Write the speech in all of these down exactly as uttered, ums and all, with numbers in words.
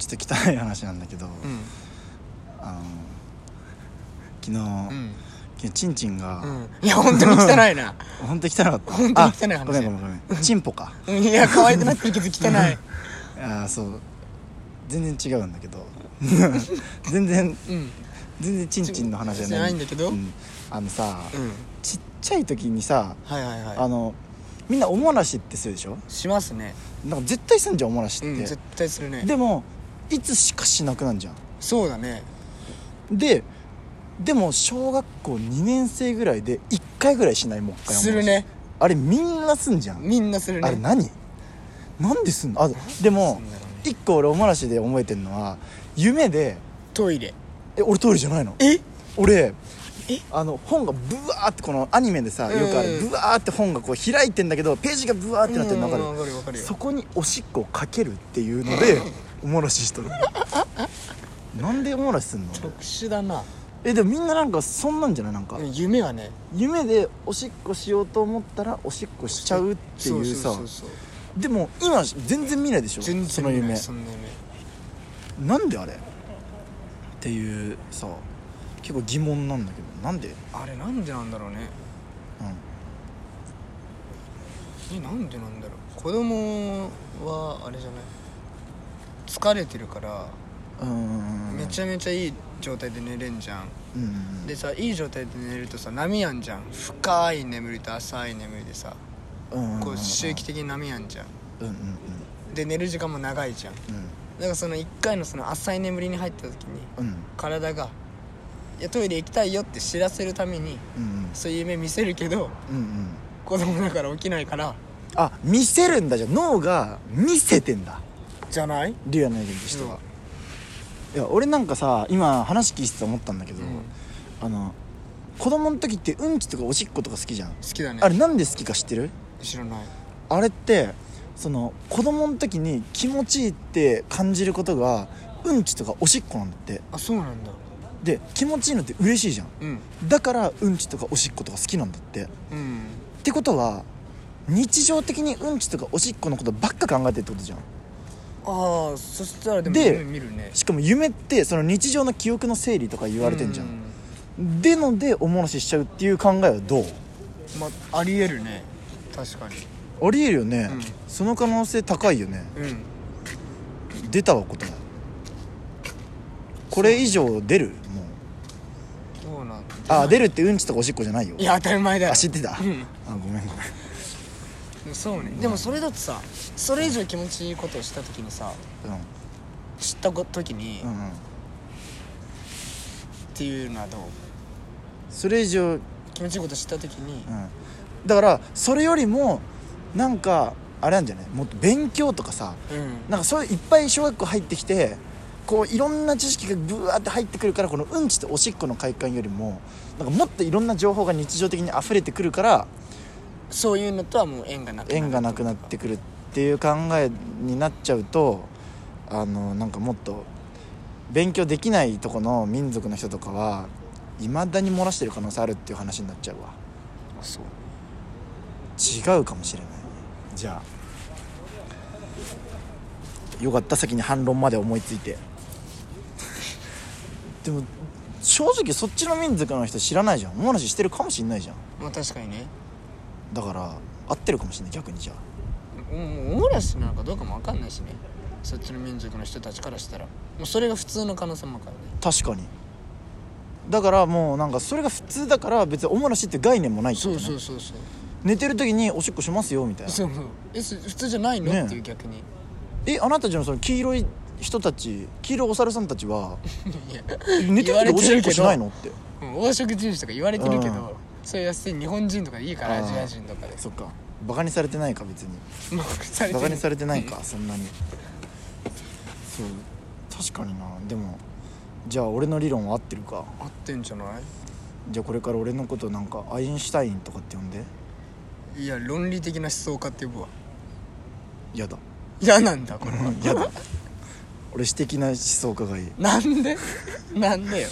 ちょっと汚い話なんだけど、 うん、 あの昨日、うん、昨日チンチンが、 うん、いや本当に汚いな本当に汚かった本当に汚い話。 ごめんごめんごめんチンポかいや可愛くなってるけど汚いあそう全然違うんだけど全然、うん、全然チンチンの話じゃない、 じゃないんだけど、 うん、あのさ、うん、ちっちゃい時にさ、 はいはいはい、 あのみんなおもらしってするでしょ。 しますね。 なんか絶対すんじゃんおもらしって、 うん、絶対するね。 でもいつしかしなくなんじゃん。 そうだね。 ででも小学校にねん生ぐらいでいっかいぐらいしない。もう一回するね。 あれみんなすんじゃん。 みんなするね。 あれ何なんですんの。あでもいっこ俺おもらしで覚えてるのは夢でトイレ。 え俺トイレじゃないの。 え俺あの本がブワーってこのアニメでさよくあるブワーって本がこう開いてんだけどページがブワーってなってるの分かる。 分かる分かるよ。 そこにおしっこをかけるっていうのでおもらししとるなんでおもらしすんの。 特殊だな。 えでもみんななんかそんなんじゃない。なんか夢はね夢でおしっこしようと思ったらおしっこしちゃうっていうさ。そうそうそうそう。でも今全然見ないでしょ。 全然見ない。 その夢そんな夢なんであれっていうさ結構疑問なんだけど。なんであれなんでなんだろうね。うん、えなんでなんだろう。子供はあれじゃない疲れてるからうんめちゃめちゃいい状態で寝れんじゃん、うんうん、でさいい状態で寝るとさ波あんじゃん。深い眠りと浅い眠りでさ、うんうん、こう周期的に波あんじゃん、うんうんうん、で寝る時間も長いじゃん、うん、だからそのいっかいのその浅い眠りに入った時に、うん、体がいやトイレ行きたいよって知らせるために、うんうん、そういう夢見せるけど、うんうん、子供だから起きないから。あ見せるんだ。じゃあ脳が見せてんだじゃないリアルな意見としては、うん、いや俺なんかさ今話聞いてて思ったんだけど、うん、あの子供の時ってうんちとかおしっことか好きじゃん。好きだね。 あれなんで好きか知ってる？ 知らない。 あれってその子供の時に気持ちいいって感じることがうんちとかおしっこなんだって。 あそうなんだ。 で気持ちいいのって嬉しいじゃん、うん、だからうんちとかおしっことか好きなんだって、うん、ってことは日常的にうんちとかおしっこのことばっか考えてるってことじゃん。 ああそしたらでも夢見るね。 しかも夢ってその日常の記憶の整理とか言われてんじゃん、うん、でのでおもらししちゃうっていう考えはどう？ まあありえるね。確かにありえるよね、うん、その可能性高いよね、うん、出たわ答え。これ以上出る？もうそうなんだ。あ出るってうんちとかおしっこじゃないよ。 いや当たり前だよ。 あ知ってた、うん、あごめんごめん。そうね、うん、でもそれだとさそれ以上気持ちいいことをした時にさ、うん、知った時に、うんうん、っていうのはどう？ それ以上気持ちいいことした時に、 うん、だからそれよりもなんかあれなんじゃない？もっと勉強とかさ、うん、なんかそういういっぱい小学校入ってきてこういろんな知識がブワーって入ってくるからこのうんちとおしっこの快感よりもなんかもっといろんな情報が日常的に溢れてくるからそういうのとはもう縁がなくなる縁がなくなってくるっていう考えになっちゃうとあのなんかもっと勉強できないとこの民族の人とかはいまだに漏らしてる可能性あるっていう話になっちゃうわ。 あそう違うかもしれない。じゃあよかった先に反論まで思いついてでも正直そっちの民族の人知らないじゃん。おもらししてるかもしんないじゃん。 まあ確かにね。 だから合ってるかもしんない逆に。じゃあおもらしなのかどうかも分かんないしねそっちの民族の人たちからしたらもうそれが普通の可能性もあるからね。 確かに。だからもうなんかそれが普通だから別におもらしって概念もないってことね。 そうそうそうそう。 寝てる時におしっこしますよみたいな。 そうそうえ普通じゃないの、ね、っていう逆にえあなたたちのその黄色い人たち黄色いお猿さんたちはいや寝てる時おしっこしないのって、 うん、黄色人種とか言われてるけど、うん、それは日本人とかでいいからアジア人とかで。 そっかバカにされてないか別にバカにされてないかそんなにそう確かにな。でもじゃあ俺の理論は合ってるか。 合ってんじゃない？ じゃあこれから俺のことなんかアインシュタインとかって呼んで。 いや論理的な思想家って呼ぶわ。 やだ嫌なんだこれはやだ俺私的な思想家がいい。 なんでなんでよ。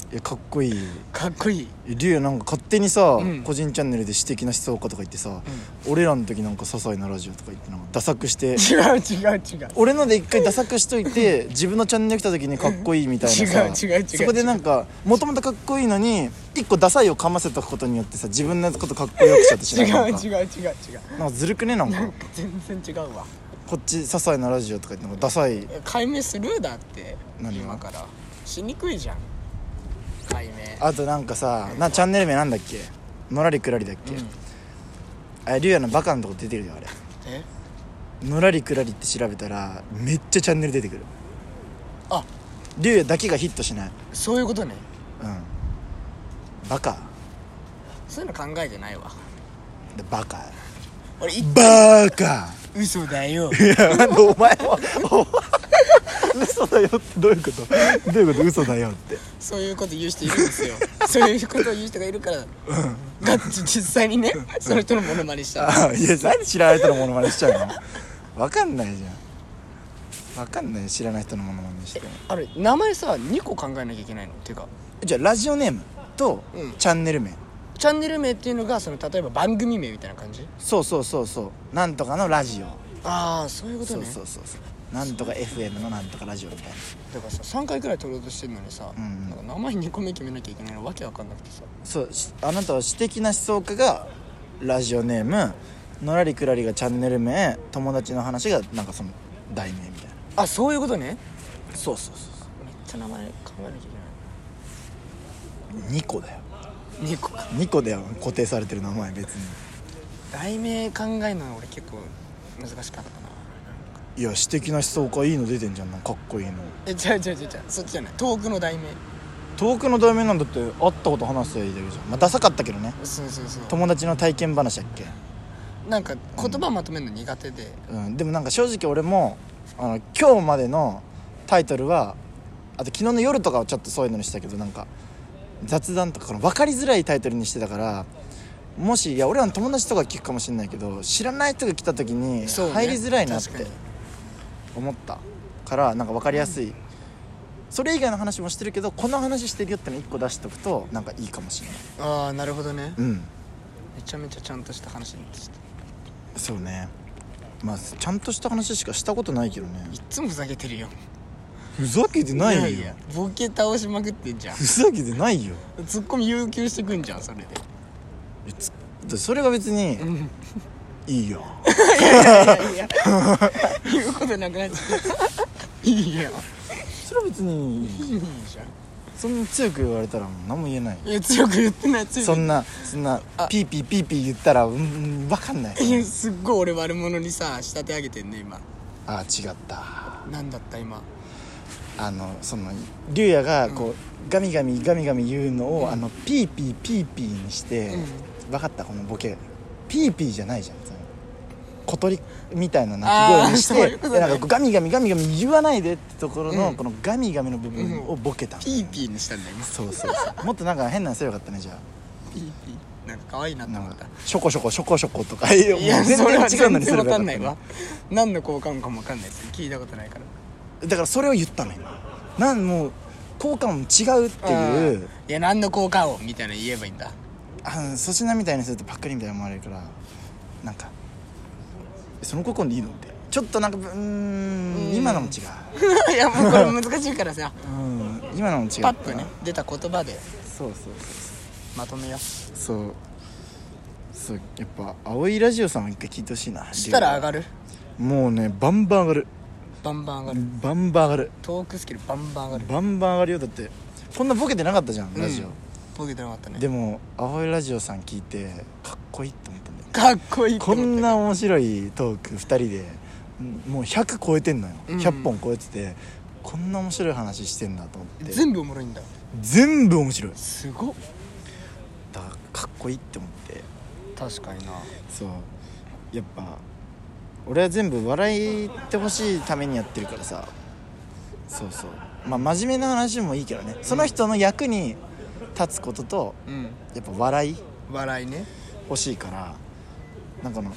いやかっこいい。 かっこいい。 リュウヤなんか勝手にさ、 うん、 個人チャンネルで私的な思想家とか言ってさ、うん、俺らの時なんか些細なラジオとか言ってなんかダサくして違う違う違う俺ので一回ダサくしといて自分のチャンネル来た時にかっこいいみたいなさ違う違う違うそこでなんかもともとかっこいいのに一個ダサいをかませとくことによってさ自分のことかっこよくしちゃってしまう。 違う違う違う違うなんかずるくねなんかなんか全然違うわ。 こっち些細なラジオとか言ってなんかダサい解明するだって何今からしにくいじゃん解明。 あとなんかさなチャンネル名なんだっけのらりくらりだっけ、うん、あれリュウヤのバカのとこ出てるよあれ。 えのらりくらりって調べたらめっちゃチャンネル出てくる。 あリュウヤだけがヒットしない。 そういうことね。 うんバカそういうの考えてないわ。 バカ俺バカ嘘だよ。 いやなんでお前は嘘だよってどういうことどういうこと嘘だよって。 そういうこと言う人いるんですよそういうことを言う人がいるから、うん、ガッチ実際にねその人のモノマネしたあいやなんで知らない人のモノマネしちゃうの分かんないじゃん分かんない知らない人のモノマネして。 あれ名前さにこ考えなきゃいけないのっていうかじゃあラジオネームとチャンネル名、うん、 チャンネル名っていうのがその例えば番組名みたいな感じ。 そうそうそうそうなんとかのラジオ。 ああそういうことね。 そうそうそうそうなんとか エフエム のなんとかラジオみたいな。 だからささんかいくらい取ろうとしてるのにさ、うん、なんか名前にこめ決めなきゃいけないのわけわかんなくてさ。 そうあなたは私的な思想家がラジオネームのらりくらりがチャンネル名友達の話がなんかその題名みたいな。 あそういうことね。 そうそうそうめっちゃ名前考えなきゃいけない。にこだよにこかにこだよ固定されてる名前別に。 題名考えるのは俺結構難しかったな。 いや私的な思想家いいの出てんじゃんかっこいいの。 え違う違う違う違うそっちじゃない。トークの題名トークの題名なんだって会ったこと話せばいいだけじゃん。まあダサかったけどね。 そうそうそう友達の体験話だっけ。 なんか言葉まとめるの苦手で、 うんうん、でもなんか正直俺もあの今日までのタイトルはあと昨日の夜とかはちょっとそういうのにしたけどなんか雑談とか分かりづらいタイトルにしてたからもしいや俺らの友達とか聞くかもしれないけど知らない人が来た時に入りづらいなって思ったからなんか分かりやすい、うん、それ以外の話もしてるけどこの話してるよってのいっこ出しておくとなんかいいかもしれない。 ああなるほどね。 うんめちゃめちゃちゃんとした話になってきた。 そうねまあちゃんとした話しかしたことないけどね。 いっつもふざけてるよ。 ふざけてないよ。いやいやボケ倒しまくってんじゃん。 ふざけてないよ。 ツッコミ要求してくんじゃんそれで。 それが別にいいよいやいやいやいや言うことなくなっちゃったいいよそれは別にいいいいじゃん。 そんな強く言われたらもう何も言えない。 いや強く言ってない強くそんなそんなピーピーピーピー言ったらうん、分かんない。 いやすっごい俺悪者にさ仕立て上げてんね今。 あ違ったなんだった今あのそのリュウヤがこう、うん、ガミガミガミガミ言うのを、うん、あのピーピーピーピーにして、うん、分かったこのボケピーピーじゃないじゃん小鳥みたいな鳴き声にして、ね、なんかガミガミガミガミ言わないでってところの、うん、このガミガミの部分をボケた、うん、 ピーピーにしたんだよ。 そうそうそうもっとなんか変なのすればよかったね。じゃあピーピーなんか可愛いなと思った。 ショコショコショコショコとかいや全然違うのにすればよかった、ね、全然わかんないわ。何の効果音かもわかんないです聞いたことないからだからそれを言ったの今なんもう効果音違うっていう。 いや何の効果音みたいな言えばいいんだ。 あ粗品みたいにするとパッカリみたいに思われるからなんかその効果音でいいのってちょっとなんかうーん今のも違ういやもうこれ難しいからさうん今のも違うパッとね出た言葉でそうそうそうまとめよう。 そうそうやっぱ青いラジオさんも一回聞いてほしいな。 したら上がる。 もうねバンバン上がるバンバン上がるバンバン上がるトークスキルバンバン上がるバンバン上がるよ。だってこんなボケてなかったじゃんラジオ、うん、 ボケてなかったね。 でも青いラジオさん聞いてかっこいいって思ったんだよ。 かっこいいってこんな面白いトークふたりでもうひゃく超えてんのよ、うん、ひゃっぽん超えててこんな面白い話してんだと思って全部おもろいんだ。 全部面白いすごっだからかっこいいって思って。 確かにな。 そうやっぱ俺は全部笑いてほしいためにやってるからさ。そうそうまあ真面目な話もいいけどね、うん、その人の役に立つことと、うん、やっぱ笑い笑いね欲しいからなんかの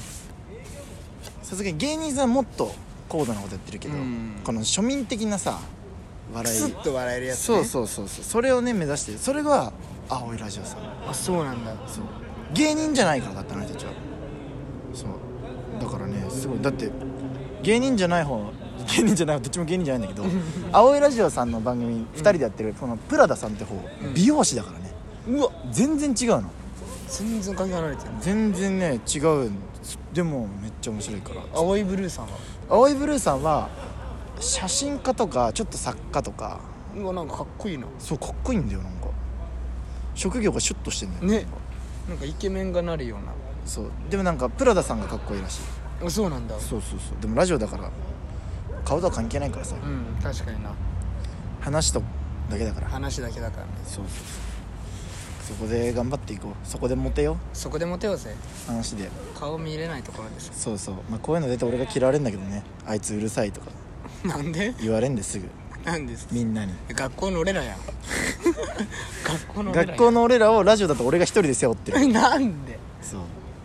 さすがに芸人さんもっと高度なことやってるけど、うん、この庶民的なさ笑いスッと笑えるやつ、ね、 そうそうそうそうそれをね目指してそれが青いラジオさん。 あそうなんだ。 そう芸人じゃないからだったなあの人たちは。そうだからねすごいだって芸人じゃない方芸人じゃない方どっちも芸人じゃないんだけど青いラジオさんの番組ふたりでやってるこのプラダさんって方、うん、美容師だからね。 うわ全然違うの。 全然かけ離れてる。 全然ね違う。でもめっちゃ面白いから。 青いブルーさんは青いブルーさんは写真家とかちょっと作家とか。 うわなんかかっこいいな。 そうかっこいいんだよ。なんか職業がシュッとしてんだよね。なんかイケメンがなるような。 そうでもなんかプラダさんがかっこいいらしい。 あそうなんだ。 そうそうそうでもラジオだから顔とは関係ないからさ、 うん確かにな。 話とだけだから話だけだからね。 そうそうそうそこで頑張っていこう。そこでモテよう。 そこでモテようぜ。 話で顔見れないところです。 そうそう、まあ、こういうの出て俺が嫌われるんだけどね。あいつうるさいとかなんで言われんですぐなんですみんなに。 学校の俺らやん学校の俺らやん学校の俺らをラジオだと俺が一人で背負ってるなんで。 そう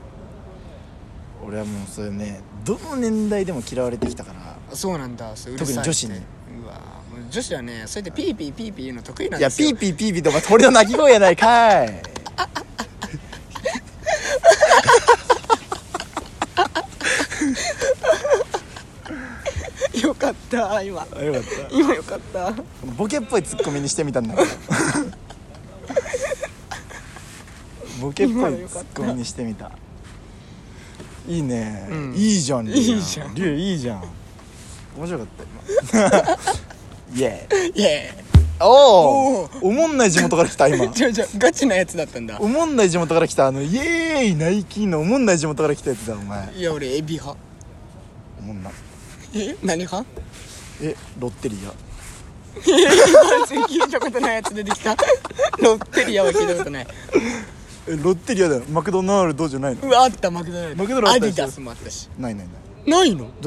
俺はもうそれねどの年代でも嫌われてきたから。 そうなんだ。そううる特さいってに女子に。 うわもう女子はねそれでピーピーピーピー言うの得意なんいやですよ。 ピーピーピーピーとか鳥の鳴き声やないかいよかった今。 よかった今よかった。 ボケっぽいツッコミにしてみたんだけどボケっぽいツッコミにしてみた。いいね、うん、いいじゃん。 いいじゃんリュウいいじゃん。面白かった今イエーイエーおおおもんない地元から来た今じゃじゃガチなやつだったんだ。 おもんない地元から来たあのイエーイナイキのおもんない地元から来たやつだお前。 いや俺エビ派。 おもんな。 え何派。 えロッテリア。 聞いたことないやつ出てきたロッテリアは聞いたことない。 えロッテリアだよ。マクドナルドじゃないの。 うわあったマクドナルド。 マクドナルドアディダスもあったし。 ないないないないの。